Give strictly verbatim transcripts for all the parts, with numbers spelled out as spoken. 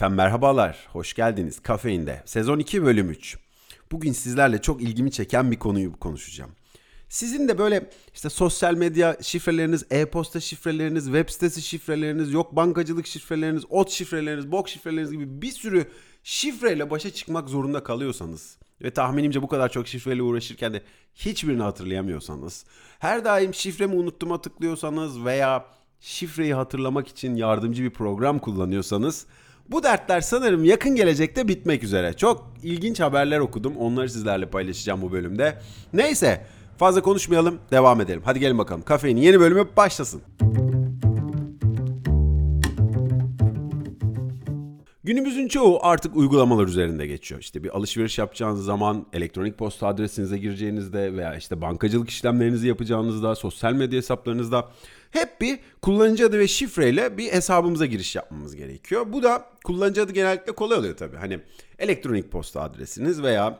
Efendim merhabalar, hoş geldiniz Kafein'de. Sezon iki bölüm üç. Bugün sizlerle çok ilgimi çeken bir konuyu konuşacağım. Sizin de böyle işte sosyal medya şifreleriniz, e-posta şifreleriniz, web sitesi şifreleriniz, yok bankacılık şifreleriniz, ot şifreleriniz, bok şifreleriniz gibi bir sürü şifreyle başa çıkmak zorunda kalıyorsanız ve tahminimce bu kadar çok şifreyle uğraşırken de hiçbirini hatırlayamıyorsanız, her daim şifremi unuttuğuma tıklıyorsanız veya şifreyi hatırlamak için yardımcı bir program kullanıyorsanız bu dertler sanırım yakın gelecekte bitmek üzere. Çok ilginç haberler okudum. Onları sizlerle paylaşacağım bu bölümde. Neyse, fazla konuşmayalım, devam edelim. Hadi gelin bakalım. Kafein'in yeni bölümü başlasın. Günümüzün çoğu artık uygulamalar üzerinde geçiyor. İşte bir alışveriş yapacağınız zaman elektronik posta adresinize gireceğinizde veya işte bankacılık işlemlerinizi yapacağınızda, sosyal medya hesaplarınızda hep bir kullanıcı adı ve şifreyle bir hesabımıza giriş yapmamız gerekiyor. Bu da kullanıcı adı genellikle kolay oluyor tabii. Hani elektronik posta adresiniz veya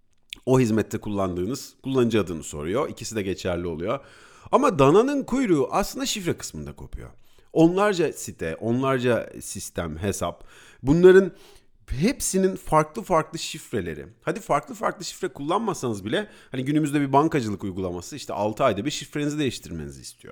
o hizmette kullandığınız kullanıcı adını soruyor. İkisi de geçerli oluyor. Ama dananın kuyruğu aslında şifre kısmında kopuyor. Onlarca site, onlarca sistem, hesap. Bunların hepsinin farklı farklı şifreleri. Hadi farklı farklı şifre kullanmasanız bile hani günümüzde bir bankacılık uygulaması işte altı ayda bir şifrenizi değiştirmenizi istiyor.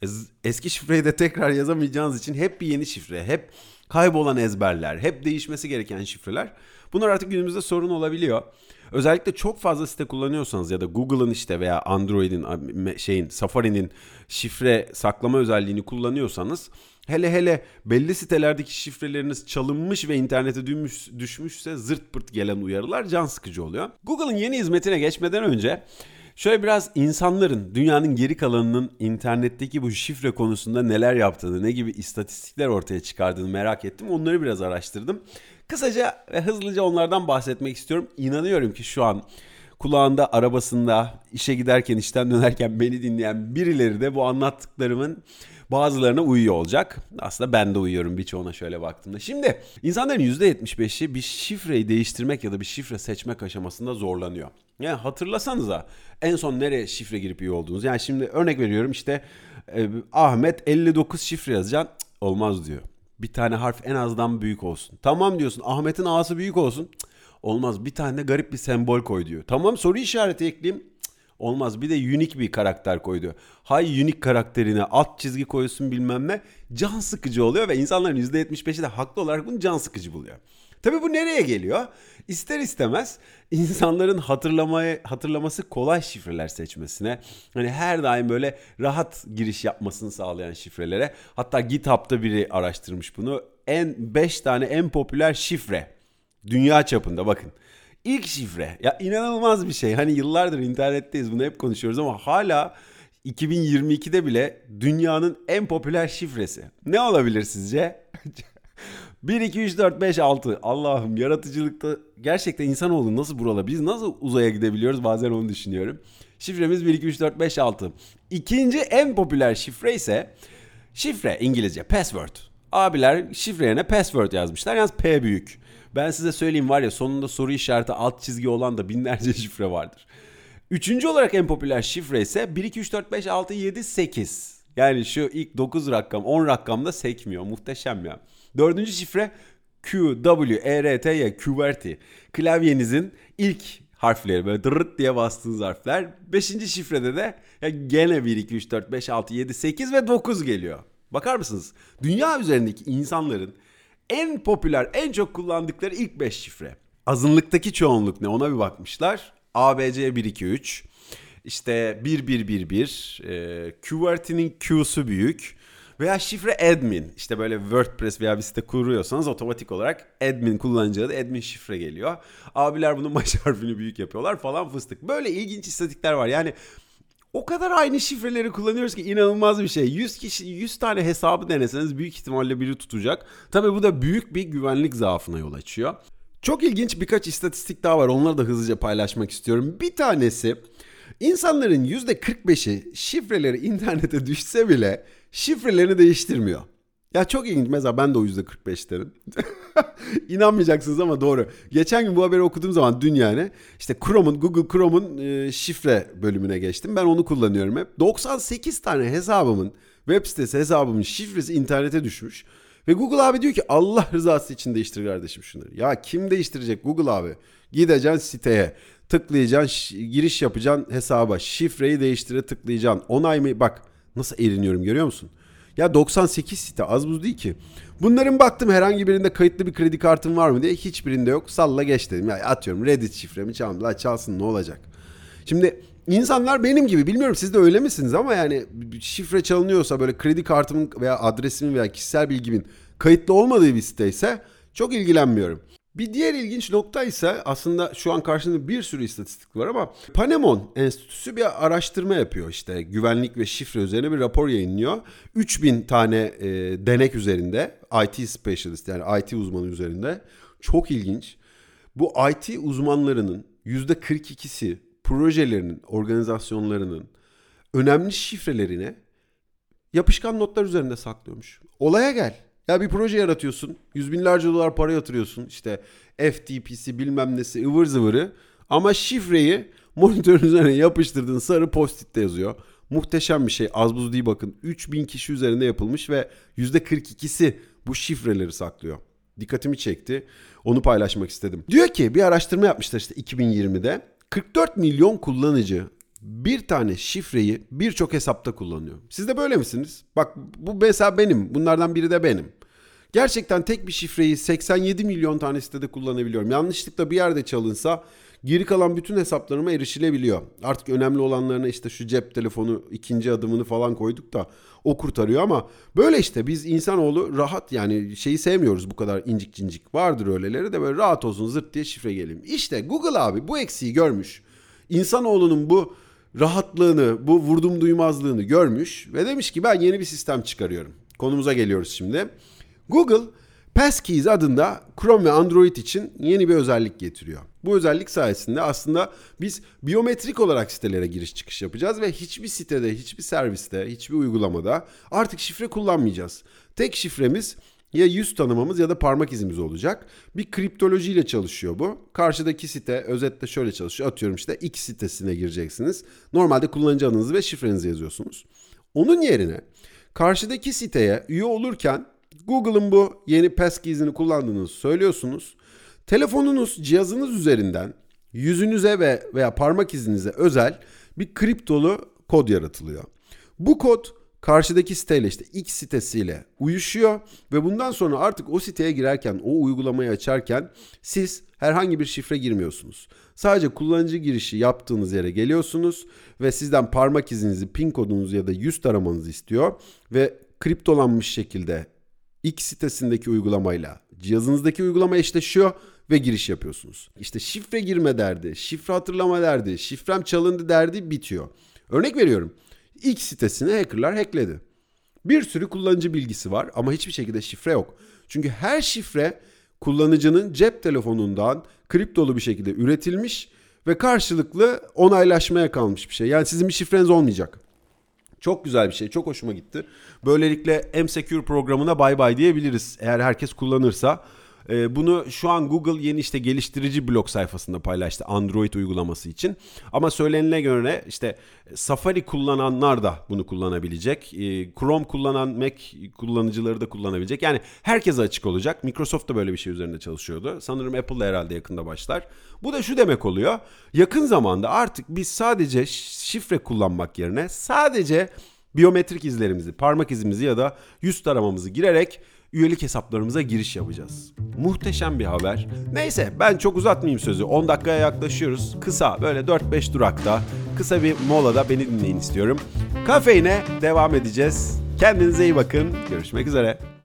Eski şifreyi de tekrar yazamayacağınız için hep bir yeni şifre, hep kaybolan ezberler, hep değişmesi gereken şifreler. Bunlar artık günümüzde sorun olabiliyor. Özellikle çok fazla site kullanıyorsanız ya da Google'ın işte veya Android'in şeyin Safari'nin şifre saklama özelliğini kullanıyorsanız hele hele belli sitelerdeki şifreleriniz çalınmış ve internete düşmüş, düşmüşse zırt pırt gelen uyarılar can sıkıcı oluyor. Google'ın yeni hizmetine geçmeden önce şöyle biraz insanların dünyanın geri kalanının internetteki bu şifre konusunda neler yaptığını, ne gibi istatistikler ortaya çıkardığını merak ettim. Onları biraz araştırdım. Kısaca ve hızlıca onlardan bahsetmek istiyorum. İnanıyorum ki şu an kulağında, arabasında, işe giderken, işten dönerken beni dinleyen birileri de bu anlattıklarımın bazılarına uyuyor olacak. Aslında ben de uyuyorum birçoğuna şöyle baktığımda. Şimdi insanların yüzde yetmiş beşi bir şifreyi değiştirmek ya da bir şifre seçmek aşamasında zorlanıyor. Yani hatırlasanıza en son nereye şifre girip üye oldunuz? Yani şimdi örnek veriyorum işte e, Ahmet elli dokuz şifre yazacaksın. Cık, olmaz diyor. Bir tane harf en azdan büyük olsun. Tamam diyorsun, Ahmet'in A'sı büyük olsun. Cık, olmaz, bir tane de garip bir sembol koy diyor. Tamam, soru işareti ekleyeyim. Cık, olmaz, bir de unique bir karakter koy diyor. Hay unique karakterine alt çizgi koysun bilmem ne. Can sıkıcı oluyor ve insanların yüzde yetmiş beşi de haklı olarak bunu can sıkıcı buluyor. Tabii bu nereye geliyor? İster istemez insanların hatırlamayı, hatırlaması kolay şifreler seçmesine, hani her daim böyle rahat giriş yapmasını sağlayan şifrelere, hatta GitHub'da biri araştırmış bunu. En beş tane en popüler şifre dünya çapında, bakın. İlk şifre, ya inanılmaz bir şey. Hani yıllardır internetteyiz, bunu hep konuşuyoruz ama hala iki bin yirmi ikide bile dünyanın en popüler şifresi. Ne olabilir sizce? bir, iki, üç, dört, beş, altı. Allah'ım, yaratıcılıkta gerçekten insanoğlu nasıl buralar? Biz nasıl uzaya gidebiliyoruz? Bazen onu düşünüyorum. Şifremiz bir, iki, üç, dört, beş, altı. İkinci en popüler şifre ise şifre, İngilizce password. Abiler şifre yerine password yazmışlar. Yalnız P büyük. Ben size söyleyeyim, var ya, sonunda soru işareti alt çizgi olan da binlerce şifre vardır. Üçüncü olarak en popüler şifre ise bir, iki, üç, dört, beş, altı, yedi, sekiz. Yani şu ilk dokuz rakam, on rakamda sekmiyor. Muhteşem ya. Dördüncü şifre Q, W, E, R, T, Y, QWERTY. Klavyenizin ilk harfleri, böyle dırırt diye bastığınız harfler. Beşinci şifrede de ya gene bir, iki, üç, dört, beş, altı, yedi, sekiz ve dokuz geliyor. Bakar mısınız? Dünya üzerindeki insanların en popüler, en çok kullandıkları ilk beş şifre. Azınlıktaki çoğunluk ne, ona bir bakmışlar. A, B, C, bir, iki, üç. İşte bir, bir, bir, bir. E, QWERTY'nin Q'su büyük. Veya şifre admin. İşte böyle WordPress veya bir site kuruyorsanız otomatik olarak admin kullanıcı adı, admin şifre geliyor. Abiler bunun baş harfini büyük yapıyorlar falan fıstık. Böyle ilginç istatistikler var. Yani o kadar aynı şifreleri kullanıyoruz ki inanılmaz bir şey. yüz kişi yüz tane hesabı deneseniz büyük ihtimalle biri tutacak. Tabii bu da büyük bir güvenlik zaafına yol açıyor. Çok ilginç birkaç istatistik daha var. Onları da hızlıca paylaşmak istiyorum. Bir tanesi, insanların yüzde kırk beşi şifreleri internete düşse bile şifrelerini değiştirmiyor. Ya çok ilginç. Mesela ben de o yüzde kırk beşlerim. İnanmayacaksınız ama doğru. Geçen gün bu haberi okuduğum zaman dün yani işte Chrome'un, Google Chrome'un e, şifre bölümüne geçtim. Ben onu kullanıyorum hep. doksan sekiz tane hesabımın, web sitesi hesabımın şifresi internete düşmüş. Ve Google abi diyor ki Allah rızası için değiştir kardeşim şunları. Ya kim değiştirecek Google abi? Gideceksin siteye, tıklayacaksın, giriş yapacaksın hesaba, şifreyi değiştire tıklayacaksın. Onay mı? Bak nasıl eriniyorum, görüyor musun? Ya doksan sekiz site az buz değil ki. Bunların baktım herhangi birinde kayıtlı bir kredi kartın var mı diye, hiçbirinde yok. Salla geç dedim. Ya atıyorum Reddit şifremi çaldılar, çalsın ne olacak? Şimdi insanlar benim gibi, bilmiyorum siz de öyle misiniz ama yani şifre çalınıyorsa, böyle kredi kartımın veya adresimin veya kişisel bilgimin kayıtlı olmadığı bir siteyse çok ilgilenmiyorum. Bir diğer ilginç nokta ise aslında şu an karşımda bir sürü istatistik var ama Panemon Enstitüsü bir araştırma yapıyor, işte güvenlik ve şifre üzerine bir rapor yayınlıyor. üç bin tane e, denek üzerinde, I T specialist yani I T uzmanı üzerinde. Çok ilginç. Bu I T uzmanlarının yüzde kırk ikisi projelerinin, organizasyonlarının önemli şifrelerini yapışkan notlar üzerinde saklıyormuş. Olaya gel. Ya bir proje yaratıyorsun. Yüz binlerce dolar para yatırıyorsun. İşte F T P'si bilmem nesi ıvır zıvırı. Ama şifreyi monitörün üzerine yapıştırdığın sarı post-it'te yazıyor. Muhteşem bir şey. Az buz değil bakın. üç bin kişi üzerinde yapılmış ve yüzde kırk ikisi bu şifreleri saklıyor. Dikkatimi çekti. Onu paylaşmak istedim. Diyor ki bir araştırma yapmışlar işte iki bin yirmide. kırk dört milyon kullanıcı bir tane şifreyi birçok hesapta kullanıyor. Siz de böyle misiniz? Bak bu mesela benim. Bunlardan biri de benim. Gerçekten tek bir şifreyi seksen yedi milyon tane sitede kullanabiliyorum. Yanlışlıkla bir yerde çalınsa geri kalan bütün hesaplarıma erişilebiliyor. Artık önemli olanlarına işte şu cep telefonu ikinci adımını falan koyduk da o kurtarıyor ama böyle işte biz insanoğlu rahat, yani şeyi sevmiyoruz bu kadar incik cincik. Vardır öyleleri de, böyle rahat olsun zırt diye şifre geleyim. İşte Google abi bu eksiği görmüş. İnsanoğlunun bu rahatlığını, bu vurdum duymazlığını görmüş ve demiş ki ben yeni bir sistem çıkarıyorum. Konumuza geliyoruz şimdi. Google Passkeys adında Chrome ve Android için yeni bir özellik getiriyor. Bu özellik sayesinde aslında biz biyometrik olarak sitelere giriş çıkış yapacağız ve hiçbir sitede, hiçbir serviste, hiçbir uygulamada artık şifre kullanmayacağız. Tek şifremiz ya yüz tanımamız ya da parmak izimiz olacak. Bir kriptolojiyle çalışıyor bu. Karşıdaki site özetle şöyle çalışıyor. Atıyorum işte X sitesine gireceksiniz. Normalde kullanıcı adınızı ve şifrenizi yazıyorsunuz. Onun yerine karşıdaki siteye üye olurken Google'ın bu yeni passkeys'ini kullandığınızı söylüyorsunuz. Telefonunuz, cihazınız üzerinden yüzünüze ve veya parmak izinize özel bir kriptolu kod yaratılıyor. Bu kod karşıdaki siteyle, işte X sitesiyle uyuşuyor ve bundan sonra artık o siteye girerken, o uygulamayı açarken siz herhangi bir şifre girmiyorsunuz. Sadece kullanıcı girişi yaptığınız yere geliyorsunuz ve sizden parmak izinizi, pin kodunuzu ya da yüz taramanızı istiyor ve kriptolanmış şekilde X sitesindeki uygulamayla cihazınızdaki uygulama eşleşiyor ve giriş yapıyorsunuz. İşte şifre girme derdi, şifre hatırlama derdi, şifrem çalındı derdi bitiyor. Örnek veriyorum. X sitesini hackerlar hackledi. Bir sürü kullanıcı bilgisi var ama hiçbir şekilde şifre yok. Çünkü her şifre kullanıcının cep telefonundan kriptolu bir şekilde üretilmiş ve karşılıklı onaylaşmaya kalmış bir şey. Yani sizin bir şifreniz olmayacak. Çok güzel bir şey. Çok hoşuma gitti. Böylelikle M-Secure programına bay bay diyebiliriz. Eğer herkes kullanırsa. Bunu şu an Google yeni işte geliştirici blog sayfasında paylaştı Android uygulaması için. Ama söylenene göre işte Safari kullananlar da bunu kullanabilecek. Chrome kullanan Mac kullanıcıları da kullanabilecek. Yani herkese açık olacak. Microsoft da böyle bir şey üzerinde çalışıyordu. Sanırım Apple da herhalde yakında başlar. Bu da şu demek oluyor. Yakın zamanda artık biz sadece şifre kullanmak yerine sadece biyometrik izlerimizi, parmak izimizi ya da yüz taramamızı girerek üyelik hesaplarımıza giriş yapacağız. Muhteşem bir haber. Neyse ben çok uzatmayayım sözü. on dakikaya yaklaşıyoruz. Kısa böyle dört beş durakta, kısa bir molada beni dinleyin istiyorum. Kafeine devam edeceğiz. Kendinize iyi bakın. Görüşmek üzere.